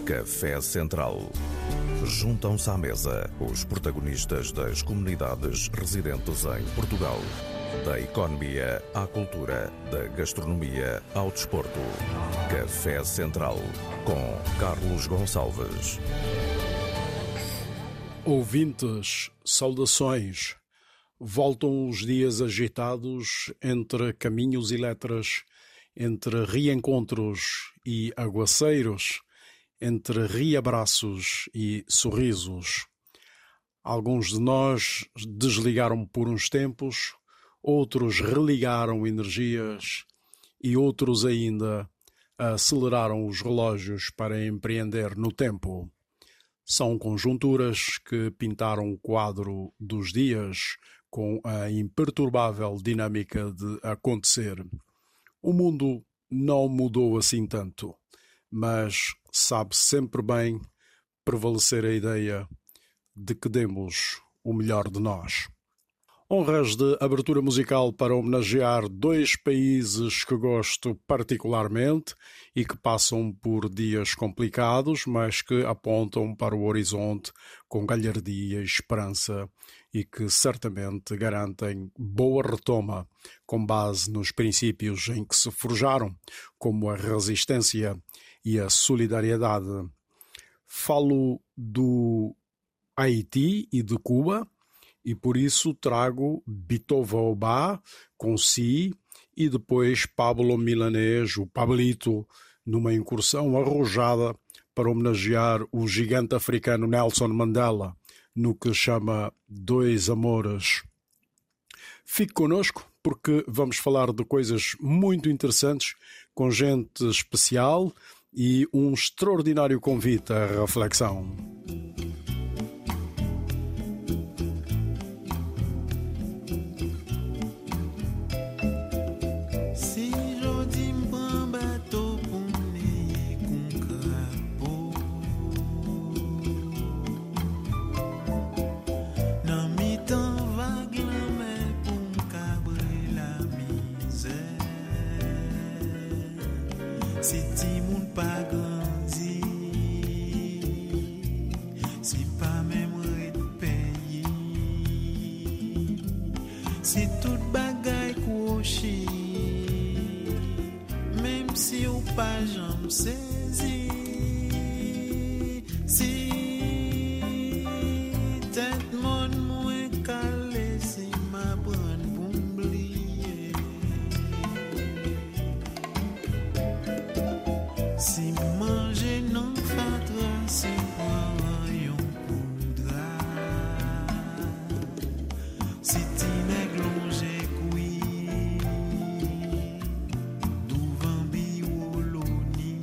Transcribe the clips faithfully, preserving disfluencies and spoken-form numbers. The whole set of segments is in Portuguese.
Café Central. Juntam-se à mesa os protagonistas das comunidades residentes em Portugal. Da economia à cultura, da gastronomia ao desporto. Café Central, com Carlos Gonçalves. Ouvintes, saudações. Voltam os dias agitados entre caminhos e letras, entre reencontros e aguaceiros, entre reabraços e sorrisos. Alguns de nós desligaram por uns tempos, outros religaram energias e outros ainda aceleraram os relógios para empreender no tempo. São conjunturas que pintaram o quadro dos dias com a imperturbável dinâmica de acontecer. O mundo não mudou assim tanto, mas sabe sempre bem prevalecer a ideia de que demos o melhor de nós. Honras de abertura musical para homenagear dois países que gosto particularmente e que passam por dias complicados, mas que apontam para o horizonte com galhardia e esperança e que certamente garantem boa retoma com base nos princípios em que se forjaram, como a resistência e a solidariedade. Falo do Haiti e de Cuba, e por isso trago Bitova Obá com Si e depois Pablo Milanês, o Pablito, numa incursão arrojada para homenagear o gigante africano Nelson Mandela, no que chama Dois Amores. Fique connosco porque vamos falar de coisas muito interessantes, com gente especial e um extraordinário convite à reflexão. Si ti moun pa grandi, si pa même repayi, si tout bagay kwochi, même si ou pa jam sezi, si tet mon mwen kale, si ma pran pou m'bliye. Si manger non fatra, si boire yon poudra, si ti nèg longe koui, douvan bioloni,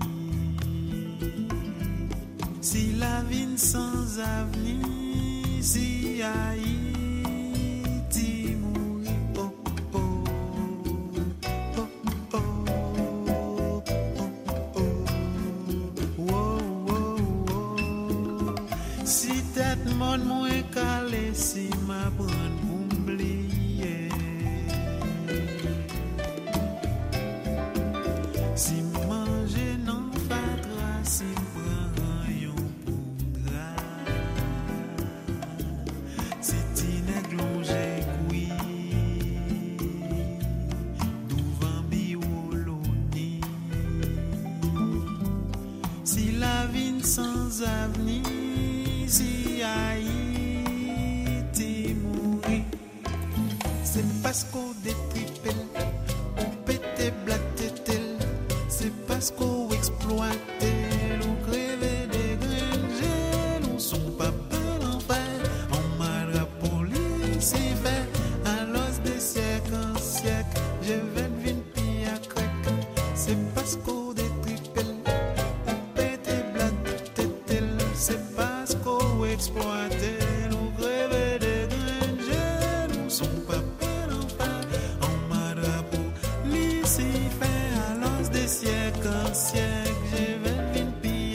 si la vie sans avenir, si Haïti mouri, oh oh. Si tête mon moins calé, si ma bonne oubliée, si manger non fatra, si prend yon poudra, si ti nèg longe koui, douvan bioloni, si la vie sans avenir, si Haïti mouri, c'est parce qu'on détripel, on pète blatte tel, c'est parce qu'on exploite, on crève des graines, on son papa l'enfer, on mal la police fait, à l'os des siècles en siècle, je vais vin pi à crack, c'est parce qu'on détripel, on pète blatte tel, c'est parce qu'on exploiter, nous crever des graines, nous sommes pas peur enfin, en marabout, l'ici fait à l'os des siècles en siècles, je vais vin pi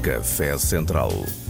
Café Central.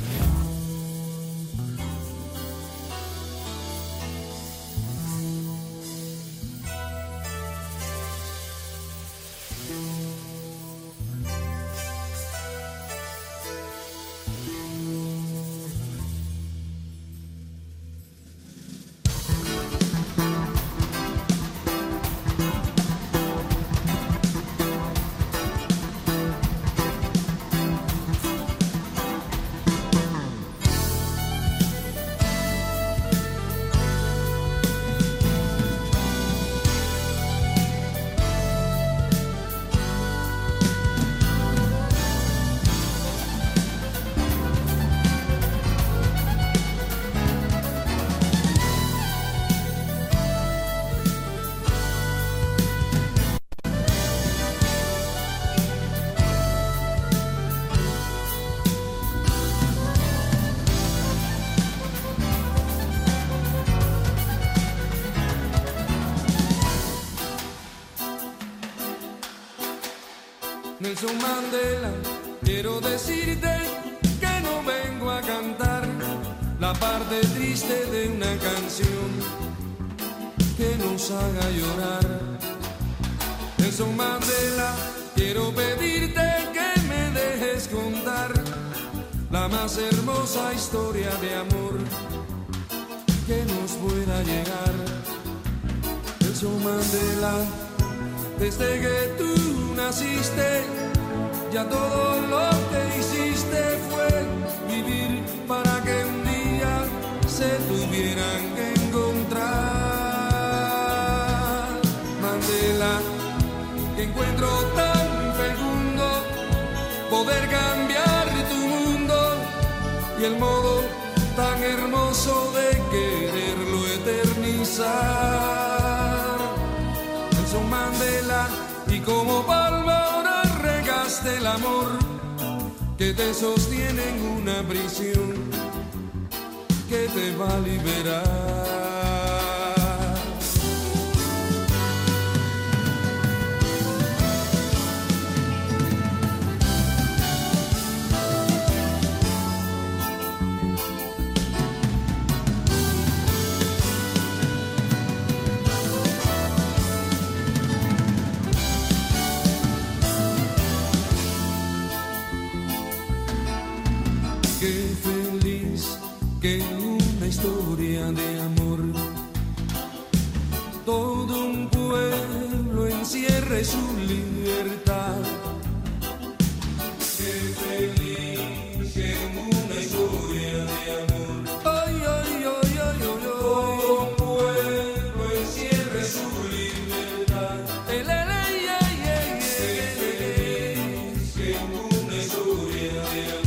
Nelson Mandela, quiero decirte que no vengo a cantar la parte triste de una canción que nos haga llorar. Nelson Mandela, quiero pedirte que me dejes contar la más hermosa historia de amor que nos pueda llegar. Nelson Mandela, desde que tú naciste, ya todo lo que hiciste fue vivir para que un día se tuvieran que encontrar. Mandela, que encuentro tan fecundo poder cambiar tu mundo y el modo tan hermoso de quererlo eternizar. Nelson Mandela, y como palma ahora regaste el amor que te sostiene en una prisión que te va a liberar. Qué feliz que en una historia de amor todo un pueblo encierre su libertad. Qué feliz que en una historia de amor, ay, ay, ay, ay, ay, ay, todo un pueblo encierre su libertad. El, el, el, ay, ay, ay, qué feliz que en una historia de amor.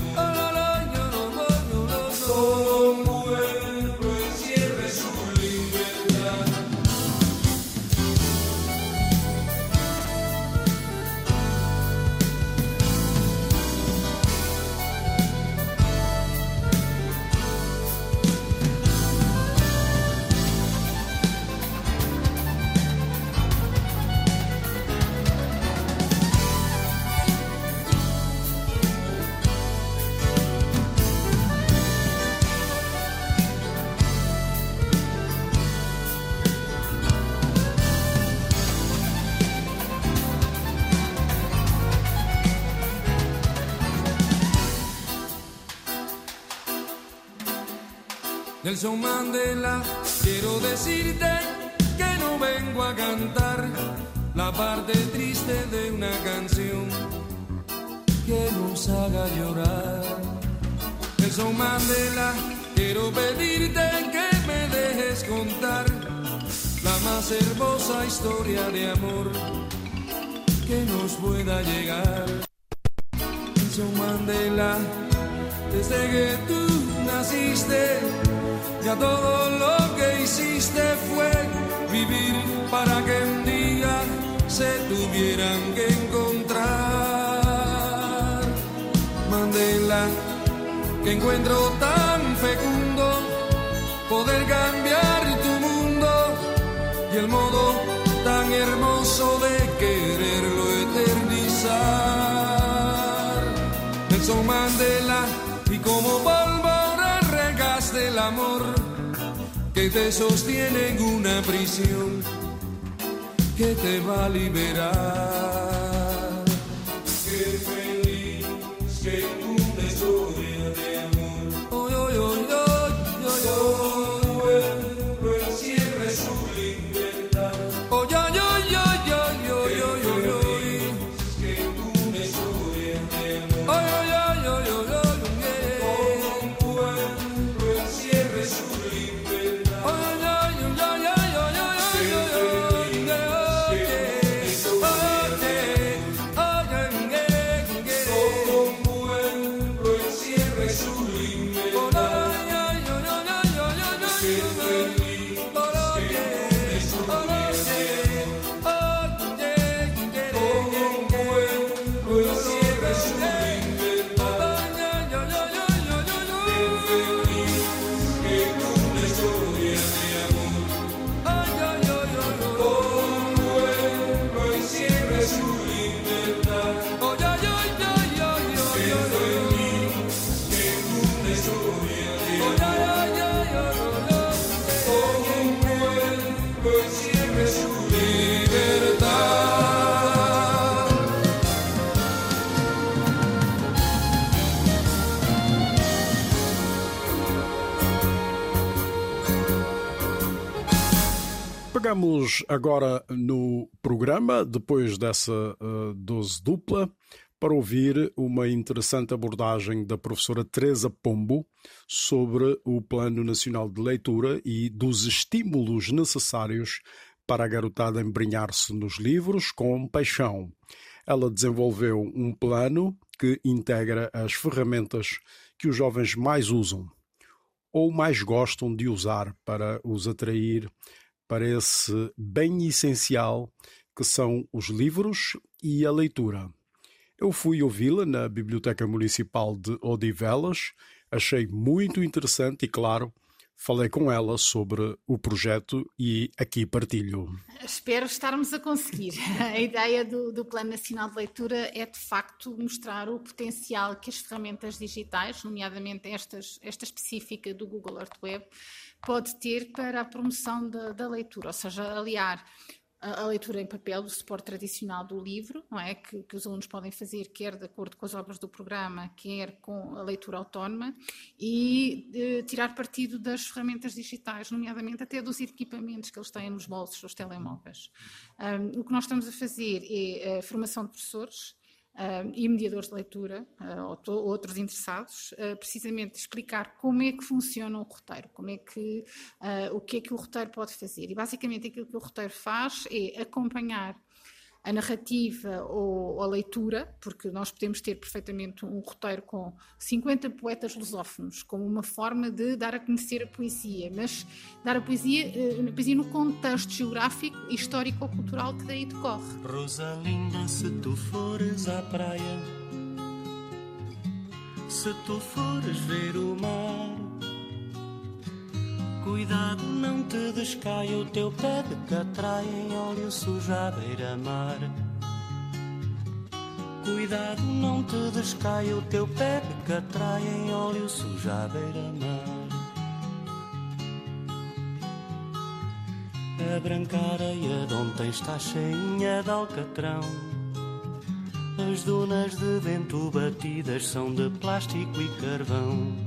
Nelson Mandela, quiero decirte que no vengo a cantar la parte triste de una canción que nos haga llorar. Nelson Mandela, quiero pedirte que me dejes contar la más hermosa historia de amor que nos pueda llegar. Nelson Mandela, desde que tú naciste, ya todo lo que hiciste fue vivir para que un día se tuvieran que encontrar. Mandela, que encuentro tan fecundo poder cambiar tu mundo y el modo tan hermoso de quererlo eternizar. Nelson Mandela, y como pólvora regaste el amor que te sostiene en una prisión que te va a liberar. Qué feliz que una historia de amor. Oh, oh, oh, oh, oh, oh. Todo el pueblo encierre su libertad. Oh, yo, yo, yo, yo, yo, yo, yo, yo. Que una historia de amor. Oh, yo, yo, yo, yo, yo, yeah. Todo un pueblo encierre su libertad. Oh, yo, yo, yo, yo, yo, yo, yo, yo, yo. Pegamos agora no programa, depois dessa uh, dose dupla, para ouvir uma interessante abordagem da professora Teresa Pombo sobre o Plano Nacional de Leitura e dos estímulos necessários para a garotada embrenhar-se nos livros com paixão. Ela desenvolveu um plano que integra as ferramentas que os jovens mais usam ou mais gostam de usar para os atrair para esse bem essencial que são os livros e a leitura. Eu fui ouvi-la na Biblioteca Municipal de Odivelas, achei muito interessante e, claro, falei com ela sobre o projeto e aqui partilho. Espero estarmos a conseguir. A ideia do, do Plano Nacional de Leitura é, de facto, mostrar o potencial que as ferramentas digitais, nomeadamente estas, esta específica do Google Earth Web, pode ter para a promoção da, da leitura, ou seja, aliar a, a leitura em papel, o suporte tradicional do livro, não é? que, que os alunos podem fazer quer de acordo com as obras do programa, quer com a leitura autónoma, e eh, tirar partido das ferramentas digitais, nomeadamente até dos equipamentos que eles têm nos bolsos, os telemóveis. Um, o que nós estamos a fazer é a formação de professores, Uh, e mediadores de leitura, uh, ou, to, ou outros interessados, uh, precisamente explicar como é que funciona o roteiro, como é que, uh, o que é que o roteiro pode fazer. E basicamente aquilo que o roteiro faz é acompanhar a narrativa ou a leitura, porque nós podemos ter perfeitamente um roteiro com cinquenta poetas lusófonos, como uma forma de dar a conhecer a poesia, mas dar a poesia, a poesia no contexto geográfico, histórico ou cultural que daí decorre. Rosalinda, se tu fores à praia, se tu fores ver o mar, cuidado, não te descaia o teu pé de catraia em óleo sujo à beira-mar. Cuidado, não te descaia o teu pé de catraia em óleo sujo à beira-mar. A branca areia de ontem está cheinha de alcatrão. As dunas de vento batidas são de plástico e carvão.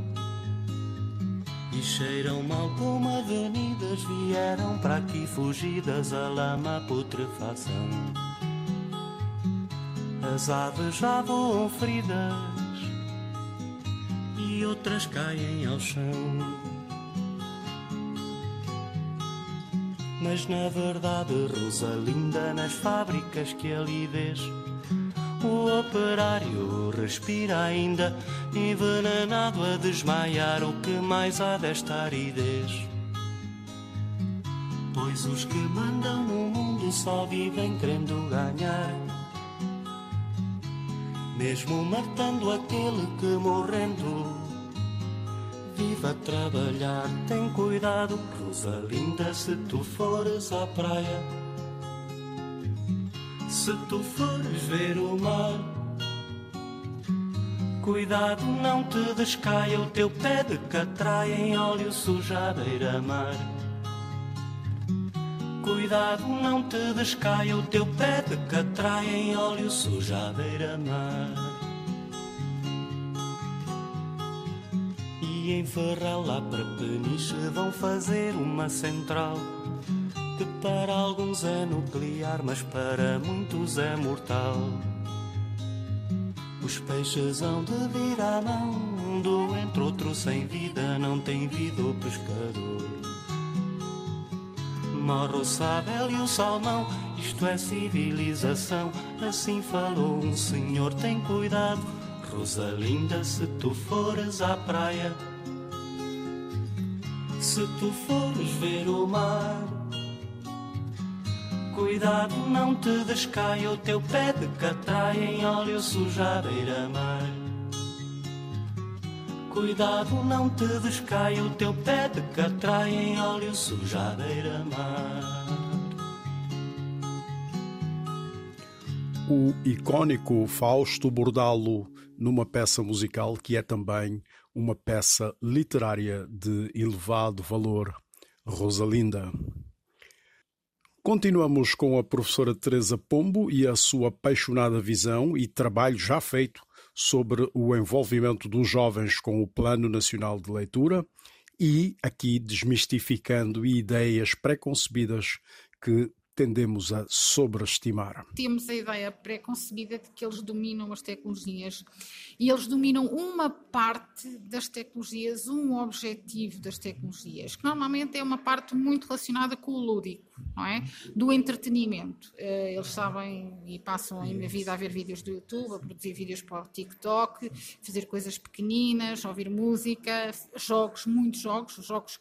E cheiram mal como avenidas, vieram para aqui fugidas a lama, a putrefação. As aves já voam feridas e outras caem ao chão. Mas na verdade, Rosalinda, nas fábricas que ali vês, o operário respira ainda, envenenado a desmaiar. O que mais há desta aridez? Pois os que mandam no mundo só vivem querendo ganhar, mesmo matando aquele que morrendo vive a trabalhar. Tem cuidado, Rosalinda, se tu fores à praia, se tu fores ver o mar, Cuidado, não te descaia o teu pé de catraia em óleo sujo à beira-mar. Cuidado, não te descaia o teu pé de catraia em óleo sujo à beira-mar. E em Ferral lá para Peniche vão fazer uma central que para alguns é nuclear, mas para muitos é mortal. Os peixes hão de vir à mão, do entre outro sem vida, não tem vida o pescador. Morre o sabel e o salmão, isto é civilização, assim falou um senhor, tem cuidado, Rosalinda, se tu fores à praia, se tu fores ver o mar, cuidado, não te descaia o teu pé de catraia em óleo sujo à beira-mar. Cuidado, não te descaia o teu pé de catraia em óleo sujo à beira-mar. O icónico Fausto Bordalo, numa peça musical que é também uma peça literária de elevado valor, Rosalinda. Continuamos com a professora Teresa Pombo e a sua apaixonada visão e trabalho já feito sobre o envolvimento dos jovens com o Plano Nacional de Leitura e aqui desmistificando ideias preconcebidas que tendemos a sobreestimar. Temos a ideia pré-concebida de que eles dominam as tecnologias e eles dominam uma parte das tecnologias, um objetivo das tecnologias, que normalmente é uma parte muito relacionada com o lúdico, não é? Do entretenimento. Eles sabem e passam a minha vida a ver vídeos do YouTube, a produzir vídeos para o TikTok, fazer coisas pequeninas, ouvir música, jogos, muitos jogos, jogos.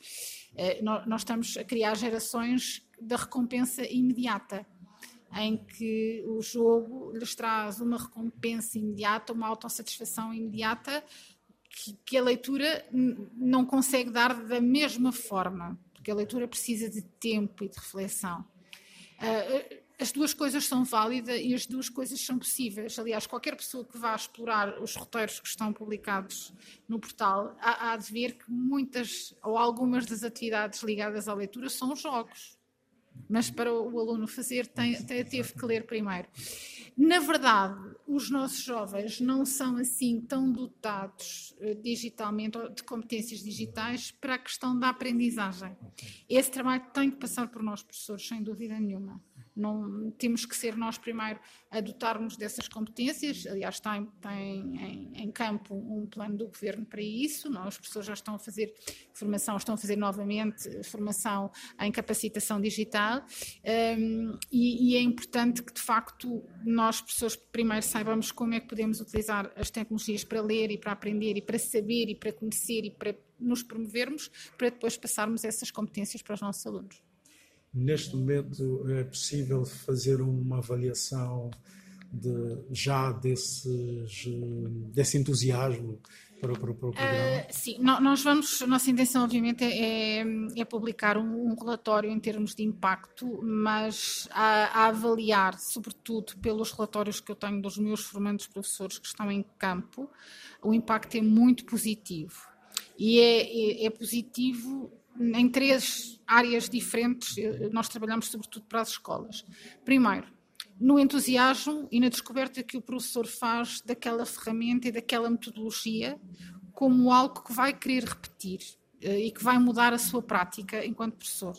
Nós estamos a criar gerações da recompensa imediata, em que o jogo lhes traz uma recompensa imediata, uma autossatisfação imediata que, que a leitura n- não consegue dar da mesma forma, porque a leitura precisa de tempo e de reflexão. Uh, as duas coisas são válidas e as duas coisas são possíveis. Aliás, qualquer pessoa que vá explorar os roteiros que estão publicados no portal há, há de ver que muitas ou algumas das atividades ligadas à leitura são jogos. Mas para o aluno fazer, tem, tem, teve que ler primeiro. Na verdade, os nossos jovens não são assim tão dotados uh, digitalmente, ou de competências digitais, para a questão da aprendizagem. Esse trabalho tem que passar por nós, professores, sem dúvida nenhuma. Não, temos que ser nós primeiro a dotarmos dessas competências. Aliás, tem, tem em, em campo um plano do governo para isso. Não? Os professores já estão a fazer formação, estão a fazer novamente formação em capacitação digital um, e, e é importante que, de facto, nós, professores, primeiro saibamos como é que podemos utilizar as tecnologias para ler e para aprender e para saber e para conhecer e para nos promovermos, para depois passarmos essas competências para os nossos alunos. Neste momento é possível fazer uma avaliação de, já desses, desse entusiasmo para, para, para o programa? Uh, sim, nós vamos, a nossa intenção obviamente é, é publicar um, um relatório em termos de impacto, mas a, a avaliar, sobretudo pelos relatórios que eu tenho dos meus formandos professores que estão em campo, o impacto é muito positivo. E é, é, é positivo em três áreas diferentes. Nós trabalhamos sobretudo para as escolas. Primeiro, no entusiasmo e na descoberta que o professor faz daquela ferramenta e daquela metodologia como algo que vai querer repetir e que vai mudar a sua prática enquanto professor.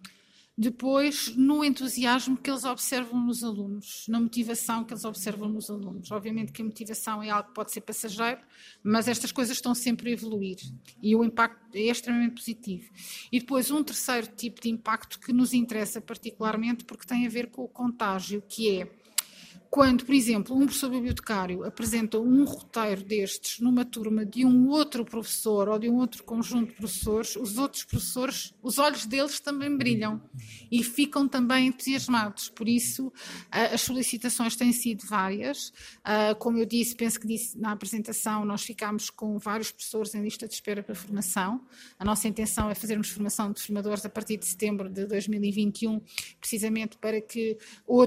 Depois, no entusiasmo que eles observam nos alunos, na motivação que eles observam nos alunos. Obviamente que a motivação é algo que pode ser passageiro, mas estas coisas estão sempre a evoluir e o impacto é extremamente positivo. E depois um terceiro tipo de impacto que nos interessa particularmente porque tem a ver com o contágio, que é quando, por exemplo, um professor bibliotecário apresenta um roteiro destes numa turma de um outro professor ou de um outro conjunto de professores, os outros professores, os olhos deles também brilham e ficam também entusiasmados. Por isso, as solicitações têm sido várias. Como eu disse, penso que disse na apresentação, nós ficámos com vários professores em lista de espera para formação. A nossa intenção é fazermos formação de formadores a partir de setembro de dois mil e vinte e um, precisamente para que outros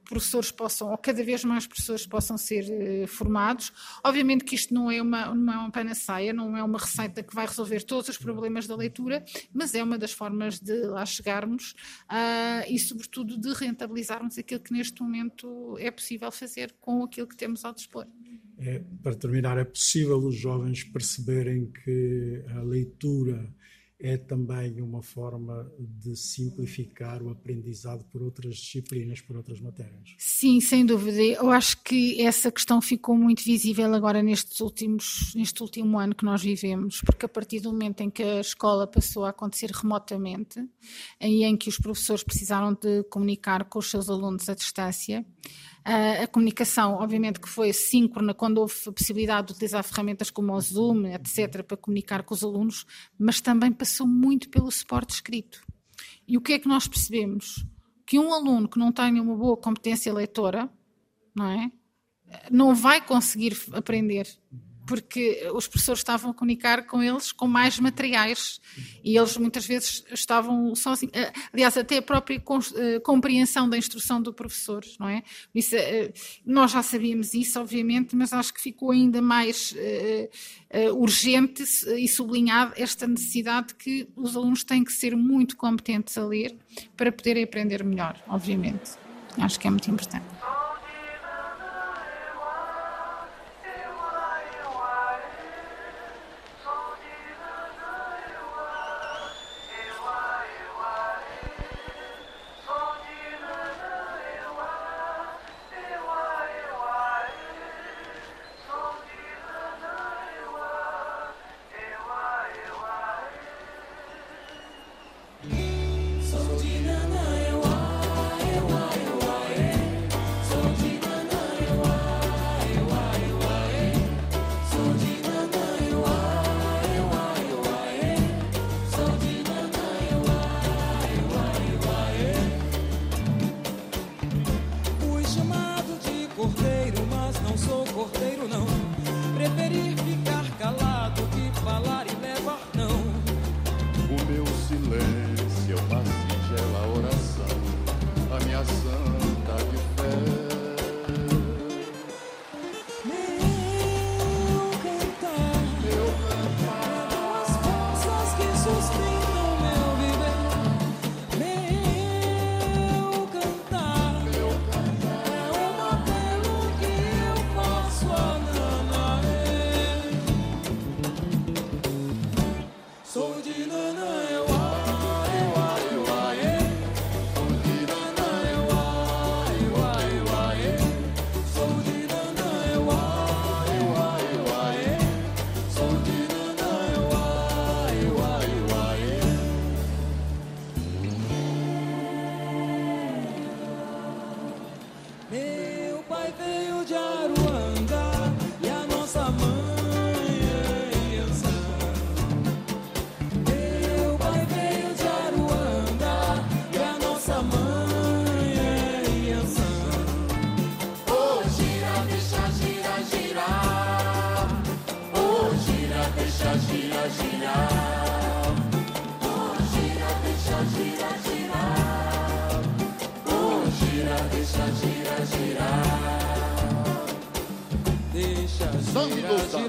professores possam, ou cada vez mais professores possam ser uh, formados. Obviamente que isto não é, uma, não é uma panaceia, não é uma receita que vai resolver todos os problemas da leitura, mas é uma das formas de lá chegarmos uh, e, sobretudo, de rentabilizarmos aquilo que neste momento é possível fazer com aquilo que temos ao dispor. É, para terminar, é possível os jovens perceberem que a leitura é também uma forma de simplificar o aprendizado por outras disciplinas, por outras matérias? Sim, sem dúvida. Eu acho que essa questão ficou muito visível agora nestes últimos, neste último ano que nós vivemos, porque a partir do momento em que a escola passou a acontecer remotamente, e em que os professores precisaram de comunicar com os seus alunos à distância, a comunicação, obviamente, que foi síncrona quando houve a possibilidade de utilizar ferramentas como o Zoom, etcétera, para comunicar com os alunos, mas também passou muito pelo suporte escrito. E o que é que nós percebemos? Que um aluno que não tenha uma boa competência leitora, não é? Não vai conseguir aprender, porque os professores estavam a comunicar com eles com mais materiais e eles muitas vezes estavam sozinhos. Aliás, até a própria compreensão da instrução do professor, não é? Isso, nós já sabíamos isso, obviamente, mas acho que ficou ainda mais uh, uh, urgente e sublinhado esta necessidade de que os alunos têm que ser muito competentes a ler para poderem aprender melhor, obviamente. Acho que é muito importante. Sangue do sangue,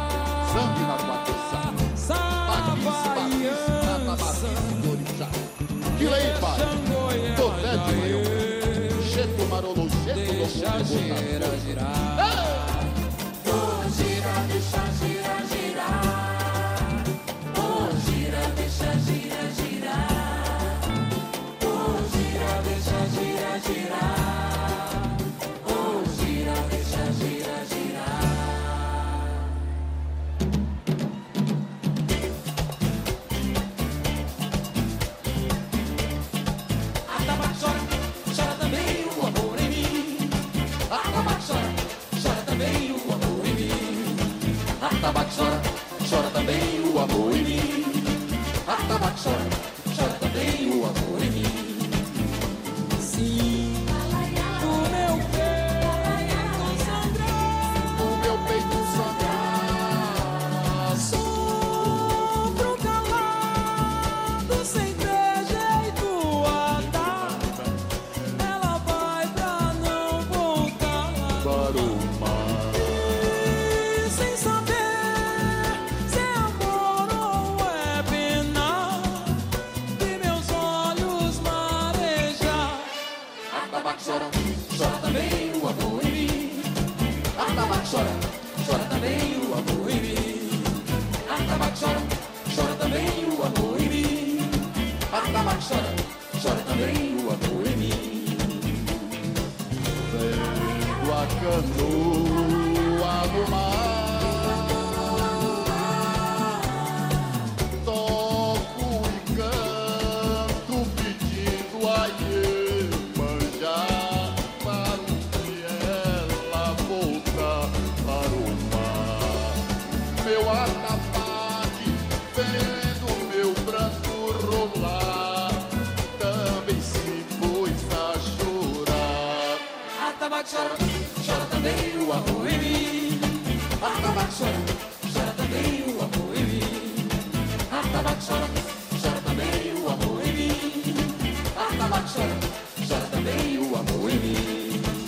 sangue na cabeça, Paquice, Paquice, do orixá. Tirei, pai, Tofé de Leão, Cheto Marolo, Cheto do Gira, girar. Oh, gira, deixa girar, girar. Oh, gira, deixa girar, girar. Oh, gira, deixa girar, girar. Oh, gira, deixa girar, girar. Atabaque chora, chora também o amor em mim. Atabaque chora, chora também o amor em mim. Atabaque chora, chora também o amor em mim. Atabaque chora, chora também o amor em mim. Sim, o meu peito sangrar, o meu peito sangrar. sofro calado sem ter jeito a dar. Ela vai pra Atabaque chora, chora também o amor em mim. Atabaque chora, chora também o amor em mim. Vendo a canoa do mar, chora, chora também o amor em mim. Atabaque chora, chora também o amor em mim. Atabaque chora, chora também o amor em mim. Atabaque chora, chora também o amor em mim.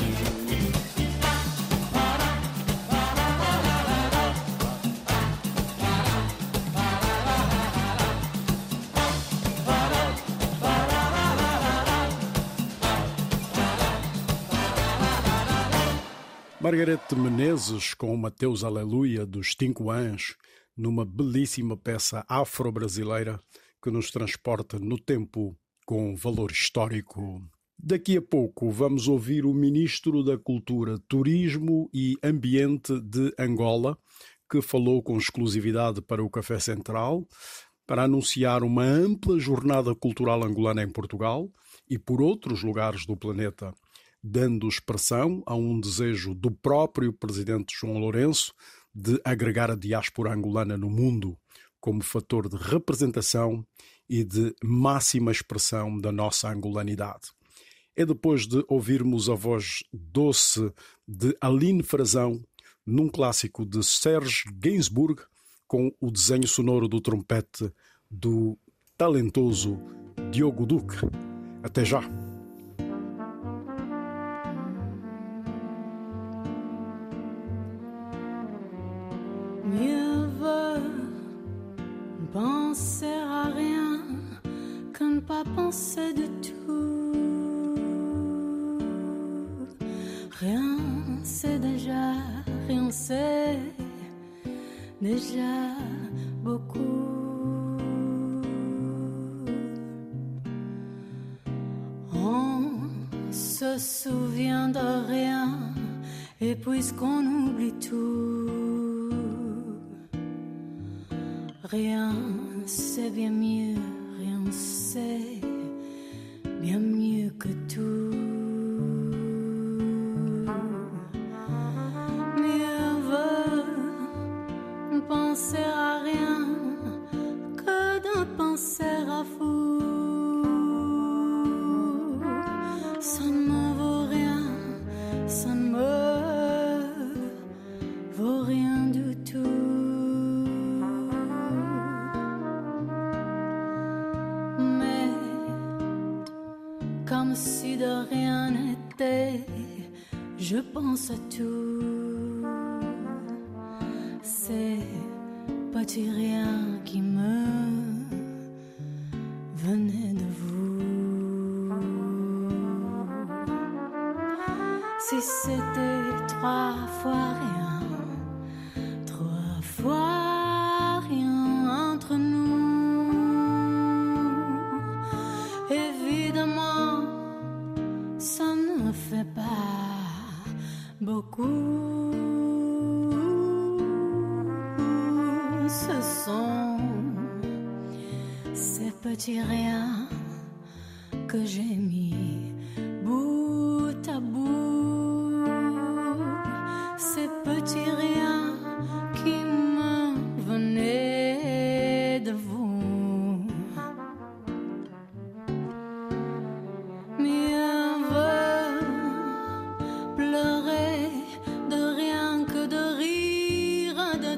Margarete Menezes com o Mateus Aleluia dos Cinco Ans, numa belíssima peça afro-brasileira que nos transporta no tempo com valor histórico. Daqui a pouco vamos ouvir o Ministro da Cultura, Turismo e Ambiente de Angola, que falou com exclusividade para o Café Central para anunciar uma ampla jornada cultural angolana em Portugal e por outros lugares do planeta, dando expressão a um desejo do próprio presidente João Lourenço de agregar a diáspora angolana no mundo como fator de representação e de máxima expressão da nossa angolanidade. É depois de ouvirmos a voz doce de Aline Frazão num clássico de Serge Gainsbourg com o desenho sonoro do trompete do talentoso Diogo Duque. Até já! Mieux vaut penser à rien que ne pas penser du tout. Rien c'est déjà, rien c'est déjà beaucoup. On se souvient de rien et puisqu'on oublie tout, rien, c'est bien mieux, rien, c'est bien mieux que tout. Mieux vaut penser à rien que de penser à fou. Ça ne me vaut rien, ça ne me vaut rien du tout. Comme si de rien n'était, je pense à tout. Ces petits riens qui me venaient de vous. Si c'était trois fois rien, trois fois rien entre nous, évidemment ça ne fait pas beaucoup. Ce sont ces petits riens que j'ai mis bout à bout, ces petits riens qui me venaient de vous. Mieux vaut pleurer de rien que de rire de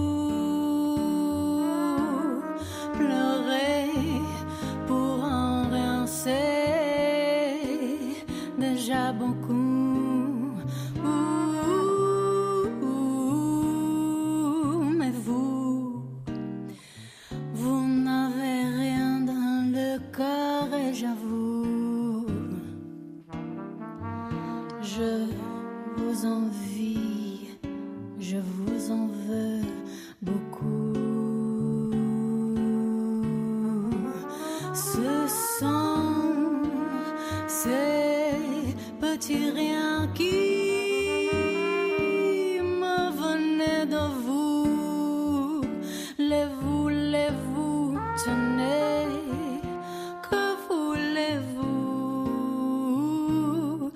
tout. Pleurer pour un rien, c'est déjà beaucoup. Mais vous, vous n'avez rien dans le cœur et j'avoue, je vous envie, je vous en veux beaucoup. Ce sont ces petits riens qui me venaient de vous. Les vous, les vous, tenez, que voulez-vous?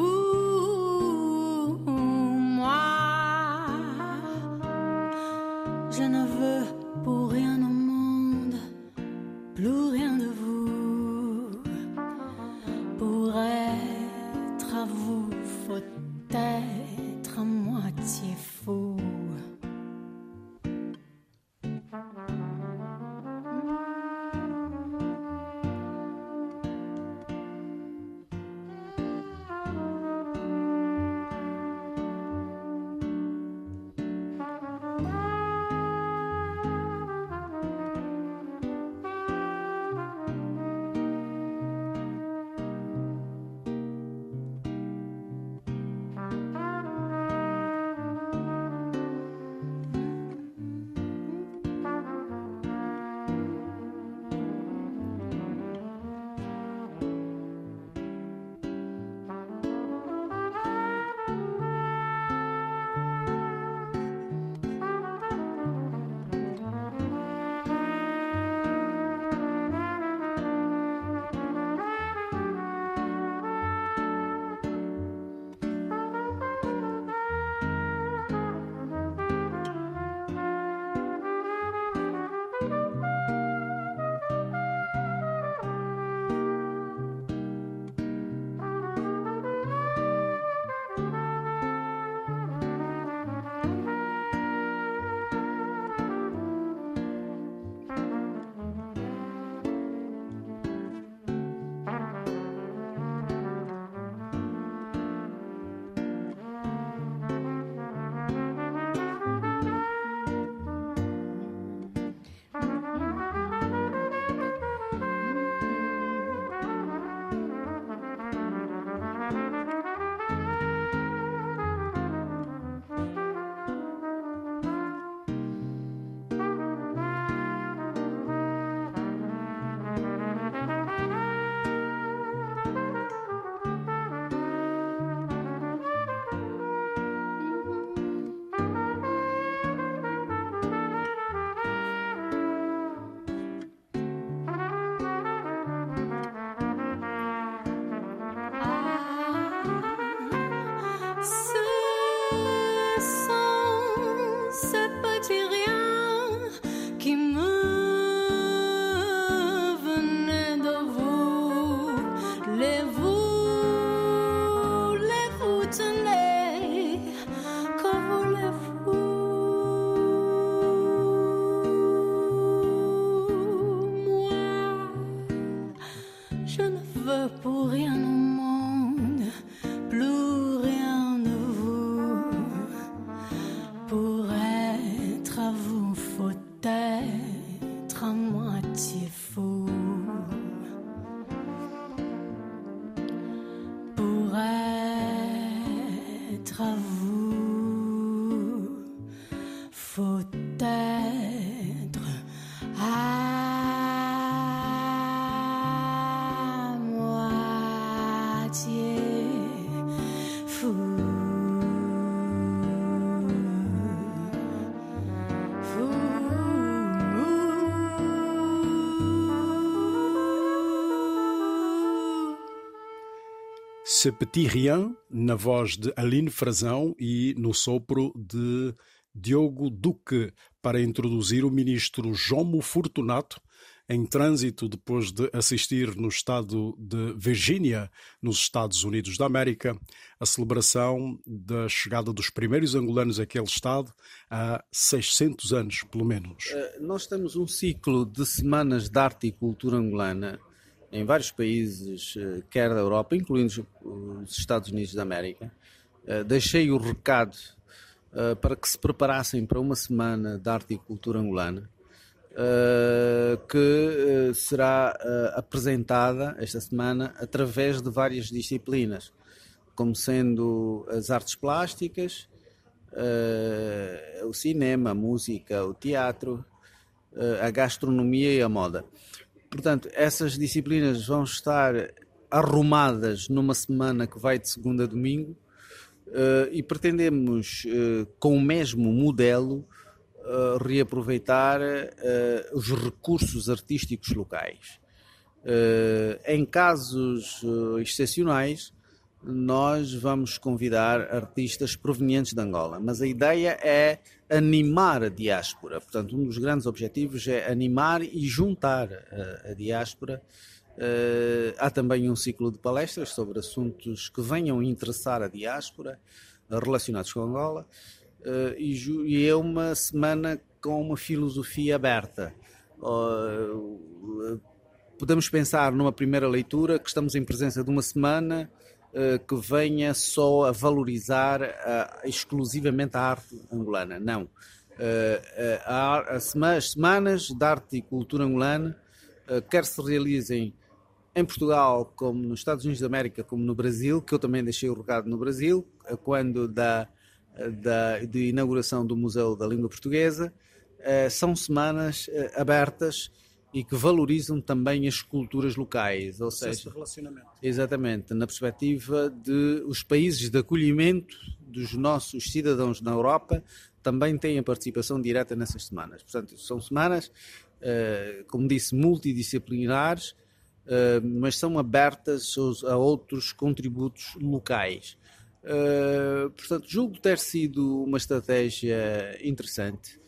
Ouh, moi, je ne veux pour rien au monde, plus rien de vous. Pour être à vous, faut être à moitié fou. Pour rien au monde, plus rien de vous. Pour être à vous, faut être à moitié fou. Pour être à vous, faut être à Ce Petit Rien, na voz de Aline Frazão e no sopro de Diogo Duque, para introduzir o ministro Jomo Fortunato, em trânsito depois de assistir no estado de Virgínia, nos Estados Unidos da América, a celebração da chegada dos primeiros angolanos àquele estado há seiscentos anos, pelo menos. Nós temos um ciclo de semanas de arte e cultura angolana em vários países, quer da Europa, incluindo os Estados Unidos da América. Deixei o recado para que se preparassem para uma semana de arte e cultura angolana, que será apresentada esta semana através de várias disciplinas, como sendo as artes plásticas, o cinema, a música, o teatro, a gastronomia e a moda. portanto, essas disciplinas vão estar arrumadas numa semana que vai de segunda a domingo, uh, e pretendemos, uh, com o mesmo modelo, uh, reaproveitar uh, os recursos artísticos locais. Uh, em casos uh, excepcionais, nós vamos convidar artistas provenientes de Angola, mas a ideia é animar a diáspora. Portanto, um dos grandes objetivos é animar e juntar a, a diáspora. Uh, há também um ciclo de palestras sobre assuntos que venham interessar a diáspora, uh, relacionados com Angola, uh, e, e é uma semana com uma filosofia aberta. Uh, podemos pensar numa primeira leitura que estamos em presença de uma semana uh, que venha só a valorizar uh, exclusivamente a arte angolana. Não. Uh, uh, a, a sema, as semanas de arte e cultura angolana, uh, quer se realizem em Portugal, como nos Estados Unidos da América, como no Brasil, que eu também deixei o recado no Brasil, quando da, da de inauguração do Museu da Língua Portuguesa, são semanas abertas e que valorizam também as culturas locais, ou seja, relacionamento. Exatamente, na perspectiva de os países de acolhimento dos nossos cidadãos na Europa também têm a participação direta nessas semanas. Portanto, são semanas, como disse, multidisciplinares, Uh, mas são abertas a outros contributos locais. Uh, portanto, julgo ter sido uma estratégia interessante.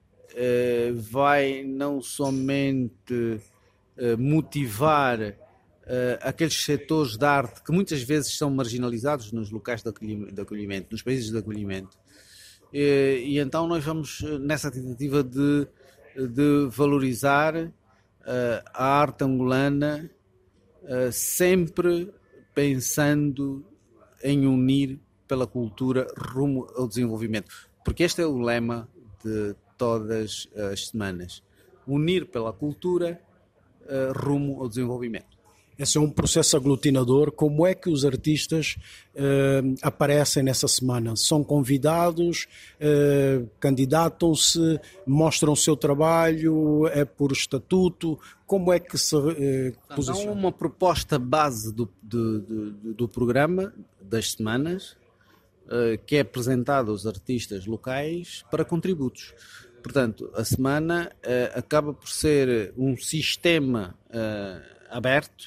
Uh, vai não somente uh, motivar uh, aqueles setores de arte que muitas vezes são marginalizados nos locais de acolhimento, nos países de acolhimento. Uh, e então nós vamos nessa tentativa de, de valorizar Uh, a arte angolana, uh, sempre pensando em unir pela cultura rumo ao desenvolvimento. Porque este é o lema de todas as semanas. Unir pela cultura uh, rumo ao desenvolvimento. Esse é um processo aglutinador. Como é que os artistas uh, aparecem nessa semana? São convidados, uh, candidatam-se, mostram o seu trabalho, é por estatuto? Como é que se uh, posiciona? Há uma proposta base do, do, do, do programa das semanas, uh, que é apresentada aos artistas locais para contributos. Portanto, a semana uh, acaba por ser um sistema uh, aberto,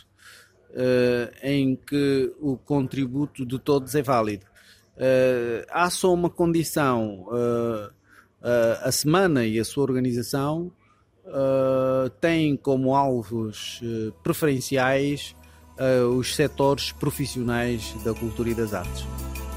Uh, em que o contributo de todos é válido. Uh, há só uma condição, uh, uh, a semana e a sua organização uh, têm como alvos uh, preferenciais uh, os setores profissionais da cultura e das artes.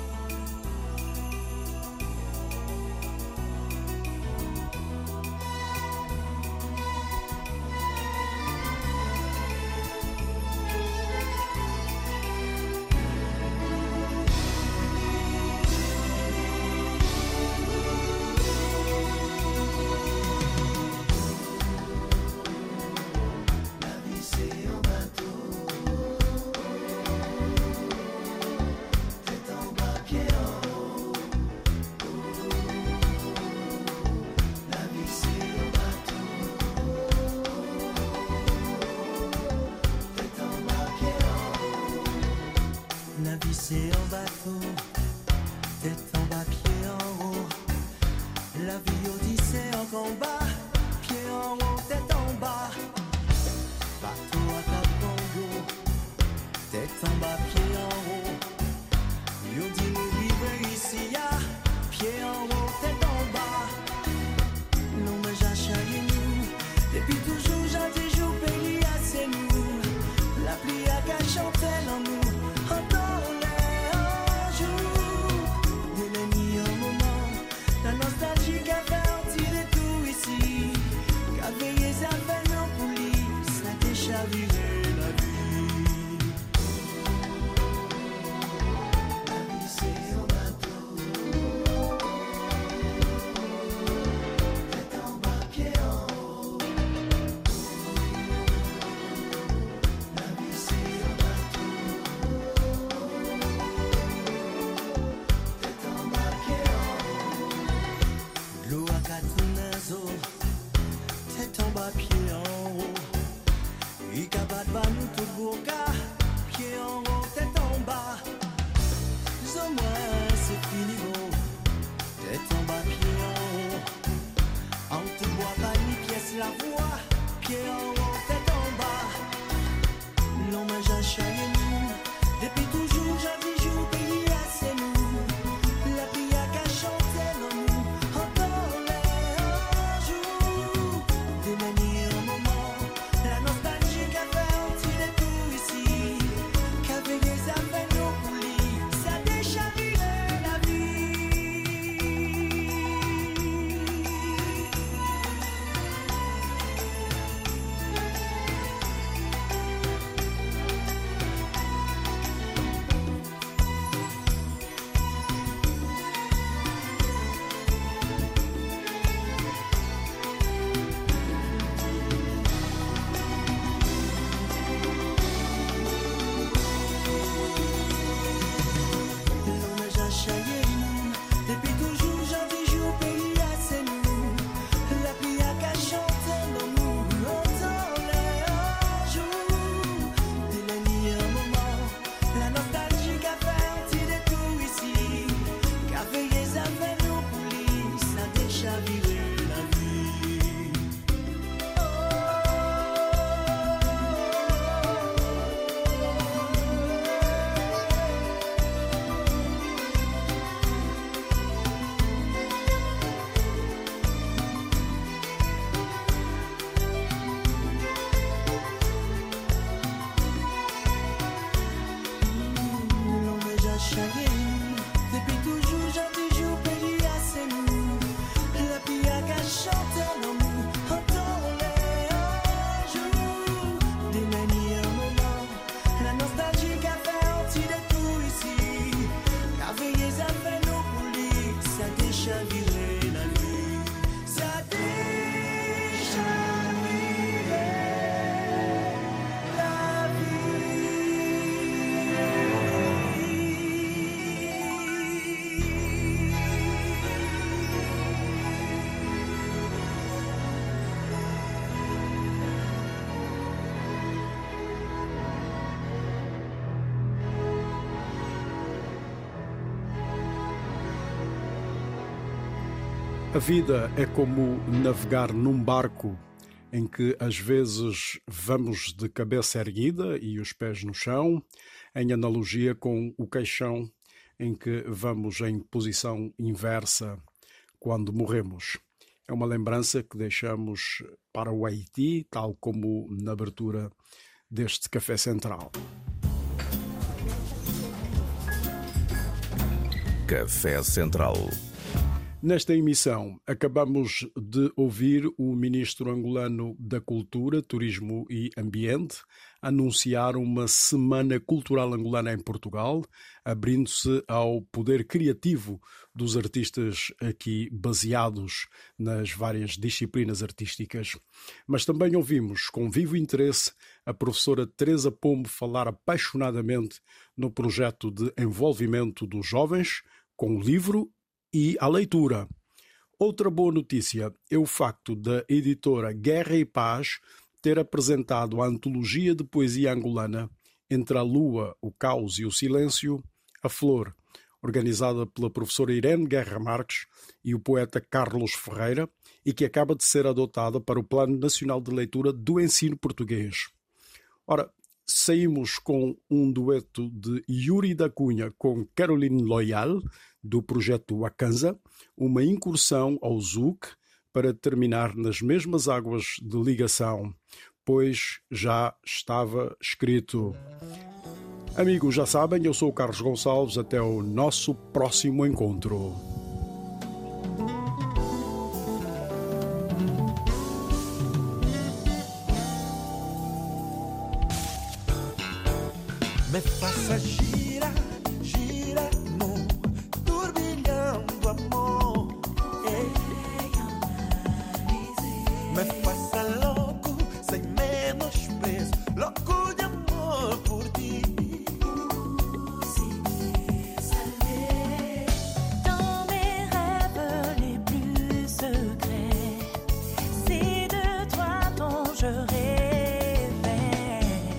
C'est un bateau, tête en bas, pied en haut. La vie odyssée en combat, pied en haut, tête en bas. Bateau à cap Congo, tête en bas, pied en haut. Yo dit nous vivre ici, ya, pied en haut, tête en bas. L'homme j'ai charrié nous, depuis toujours j'ai dit jour pays à c'est nous. La pluie a qu'à chanter dans nous. A vida é como navegar num barco em que às vezes vamos de cabeça erguida e os pés no chão, em analogia com o caixão em que vamos em posição inversa quando morremos. É uma lembrança que deixamos para o Haiti, tal como na abertura deste Café Central. Café Central. Nesta emissão, acabamos de ouvir o ministro angolano da Cultura, Turismo e Ambiente anunciar uma Semana Cultural Angolana em Portugal, abrindo-se ao poder criativo dos artistas aqui baseados nas várias disciplinas artísticas. Mas também ouvimos, com vivo interesse, a professora Teresa Pombo falar apaixonadamente no projeto de envolvimento dos jovens com o livro e a leitura. Outra boa notícia é o facto da editora Guerra e Paz ter apresentado a antologia de poesia angolana Entre a Lua, o Caos e o Silêncio, a Flor, organizada pela professora Irene Guerra Marques e o poeta Carlos Ferreira, e que acaba de ser adotada para o Plano Nacional de Leitura do Ensino Português. Ora, saímos com um dueto de Yuri da Cunha com Caroline Loyal, do projeto Wakanza, uma incursão ao Zouk para terminar nas mesmas águas de ligação, pois já estava escrito. Amigos, já sabem, eu sou o Carlos Gonçalves, até o nosso próximo encontro. Me faça gira, gira no turbilhão do amor. Me faça louco, sem menosprezo, louco de amor por ti. Dans mes rêves les plus secrets, c'est de toi dont je rêvais.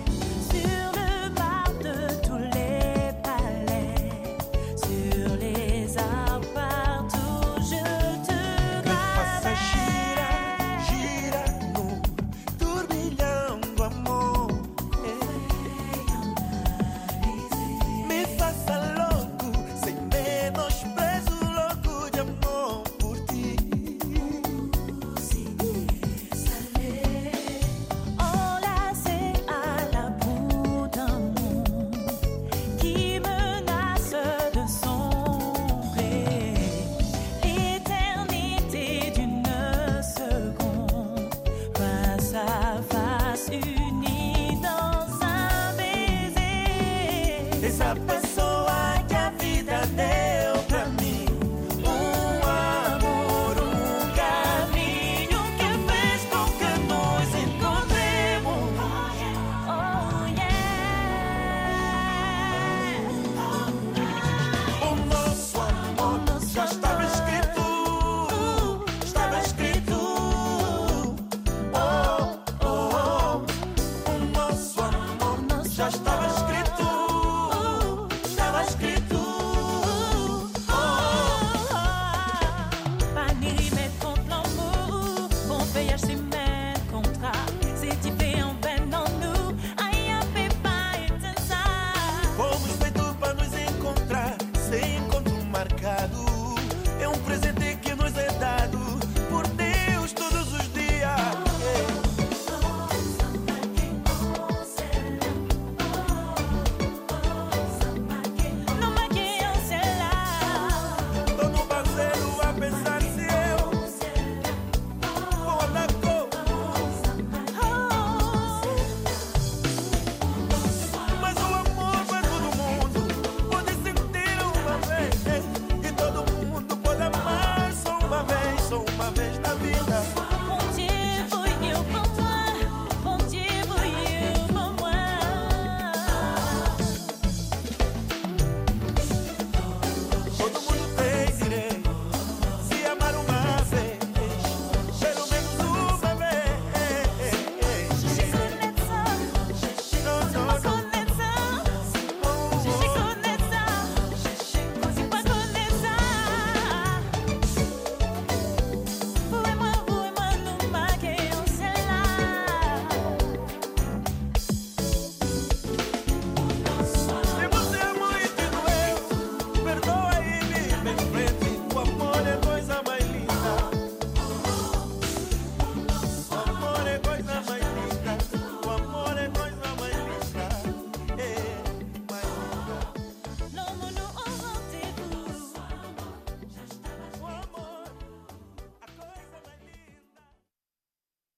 basta